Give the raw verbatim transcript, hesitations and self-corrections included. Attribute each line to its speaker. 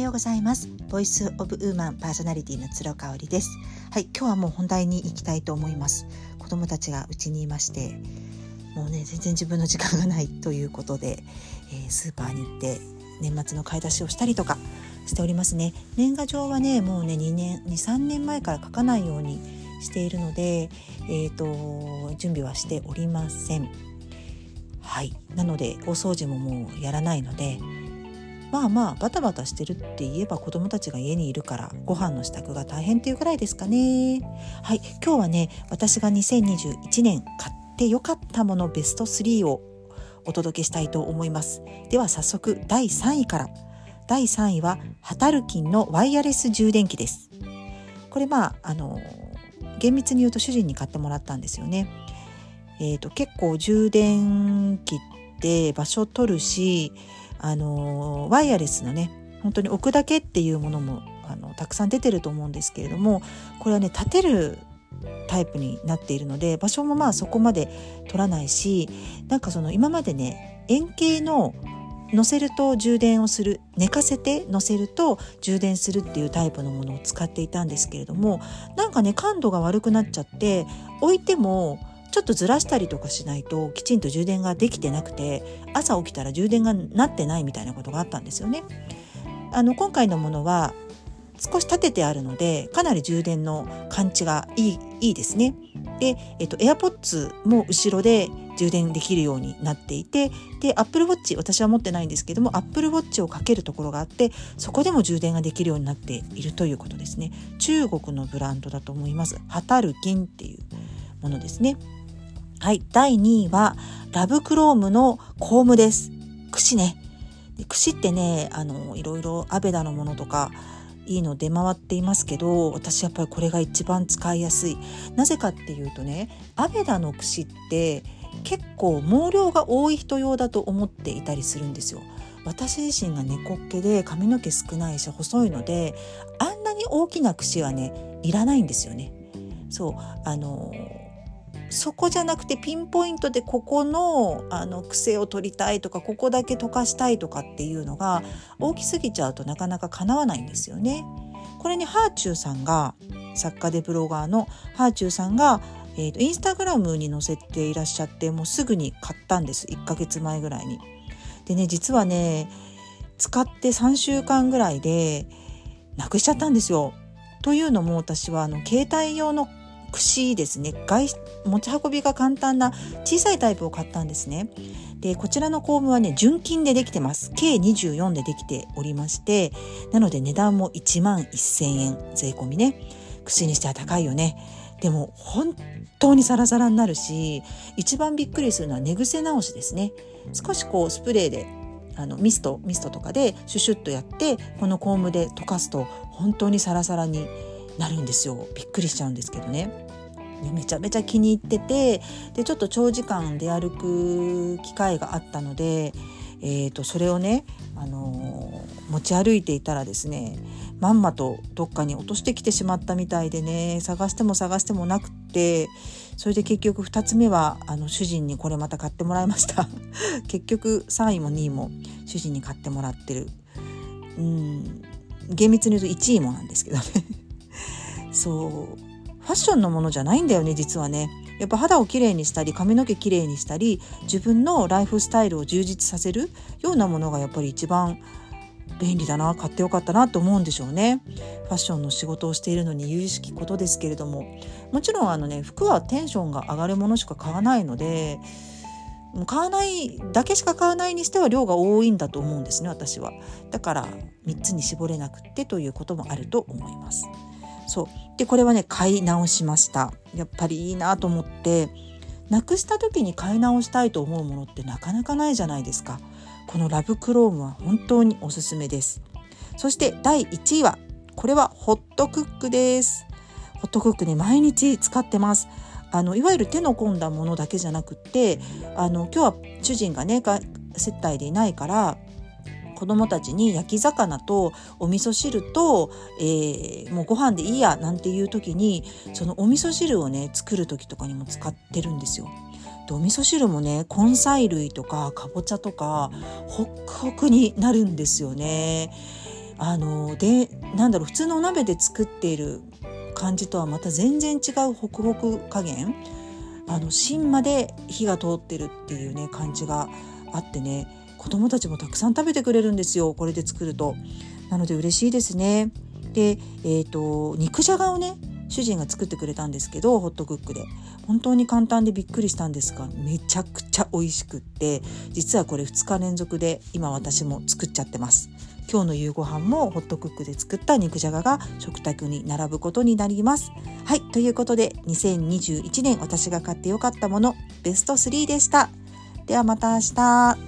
Speaker 1: ようございます。ボイスオブウーマンパーソナリティの鶴香織です。はい、今日はもう本題に行きたいと思います。子供たちがうちにいまして、もうね全然自分の時間がないということで、えー、スーパーに行って年末の買い出しをしたりとかしておりますね。年賀状はねもうねにねんにさんねんまえから書かないようにしているので、えーと準備はしておりません。はい、なので大掃除ももうやらないので、まあまあバタバタしてるって言えば子供たちが家にいるからご飯の支度が大変っていうくらいですかね。はい、今日はね私がにせんにじゅういちねん買ってよかったものベストスリーをお届けしたいと思います。では早速だいさんいから。だいさんいはハタルキンのワイヤレス充電器です。これまああの厳密に言うと主人に買ってもらったんですよね。えーと、結構充電器って場所取るし、あのワイヤレスのね本当に置くだけっていうものもあのたくさん出てると思うんですけれども、これはね立てるタイプになっているので場所もまあそこまで取らないし、なんかその今までね円形の乗せると充電をする、寝かせて乗せると充電するっていうタイプのものを使っていたんですけれども、なんかね感度が悪くなっちゃって置いてもちょっとずらしたりとかしないときちんと充電ができてなくて、朝起きたら充電がなってないみたいなことがあったんですよね。あの今回のものは少し立ててあるのでかなり充電の感知がいい、いいですね。で、えっと、AirPods も後ろで充電できるようになっていて、で Apple Watch 私は持ってないんですけども Apple Watch をかけるところがあってそこでも充電ができるようになっているということですね。中国のブランドだと思います。ハタルキンっていうものですね。はい、だいにいはラブクロームのコームです。櫛ね。で櫛ってねあのいろいろアベダのものとかいいの出回っていますけど、私やっぱりこれが一番使いやすい。なぜかっていうとね、アベダの櫛って結構毛量が多い人用だと思っていたりするんですよ。私自身が猫っ毛で髪の毛少ないし細いので、あんなに大きな櫛はねいらないんですよね。そうあのそこじゃなくてピンポイントでここのあの癖を取りたいとかここだけ溶かしたいとかっていうのが大きすぎちゃうとなかなか叶わないんですよね。これにハーチューさんが作家でブロガーのハーチューさんが、えーと、インスタグラムに載せていらっしゃってもうすぐに買ったんです。いっかげつまえぐらいに。でね実はね使ってさんしゅうかんぐらいでなくしちゃったんですよ。というのも私はあの携帯用の櫛ですね、外持ち運びが簡単な小さいタイプを買ったんですね。でこちらのコームはね純金でできてます。計にじゅうよんでできておりまして、なので値段もいちまんせんえん税込みね。櫛にしては高いよね。でも本当にサラサラになるし、一番びっくりするのは寝癖直しですね。少しこうスプレーであのミストミストとかでシュシュッとやってこのコームで溶かすと本当にサラサラになるんですよ。びっくりしちゃうんですけどね。めちゃめちゃ気に入ってて、でちょっと長時間出歩く機会があったので、えー、とそれをね、あのー、持ち歩いていたらですねまんまとどっかに落としてきてしまったみたいでね、探しても探してもなくって、それで結局ふたつめはあの主人にこれまた買ってもらいました結局さんいもにいも主人に買ってもらってる。うん厳密に言うといちいもなんですけどねそうファッションのものじゃないんだよね実はね。やっぱ肌をきれいにしたり髪の毛きれいにしたり自分のライフスタイルを充実させるようなものがやっぱり一番便利だな、買ってよかったなと思うんでしょうね。ファッションの仕事をしているのに由々しきことですけれども、もちろんあのね服はテンションが上がるものしか買わないので、買わないだけしか買わないにしては量が多いんだと思うんですね私は。だからみっつに絞れなくってということもあると思います。そうでこれはね買い直しました。やっぱりいいなと思って、なくした時に買い直したいと思うものってなかなかないじゃないですか。このラブクロームは本当におすすめです。そしてだいいちいはこれはホットクックです。ホットクックね毎日使ってます。あのいわゆる手の込んだものだけじゃなくってあの今日は主人がね接待でいないから子供たちに焼き魚とお味噌汁と、えー、もうご飯でいいやなんていう時にそのお味噌汁をね作る時とかにも使ってるんですよ。でお味噌汁もね根菜類とかかぼちゃとかホックホクになるんですよね。 あのでなんだろう普通のお鍋で作っている感じとはまた全然違うホクホク加減、あの芯まで火が通ってるっていうね感じがあってね、子供たちもたくさん食べてくれるんですよ、これで作ると。なので嬉しいですね。で、えーと、肉じゃがをね主人が作ってくれたんですけど、ホットクックで本当に簡単でびっくりしたんですが、めちゃくちゃ美味しくって、実はこれふつか連続で今私も作っちゃってます。今日の夕ご飯もホットクックで作った肉じゃがが食卓に並ぶことになります。はい、ということでにせんにじゅういちねん私が買ってよかったものベストスリーでした。ではまた明日。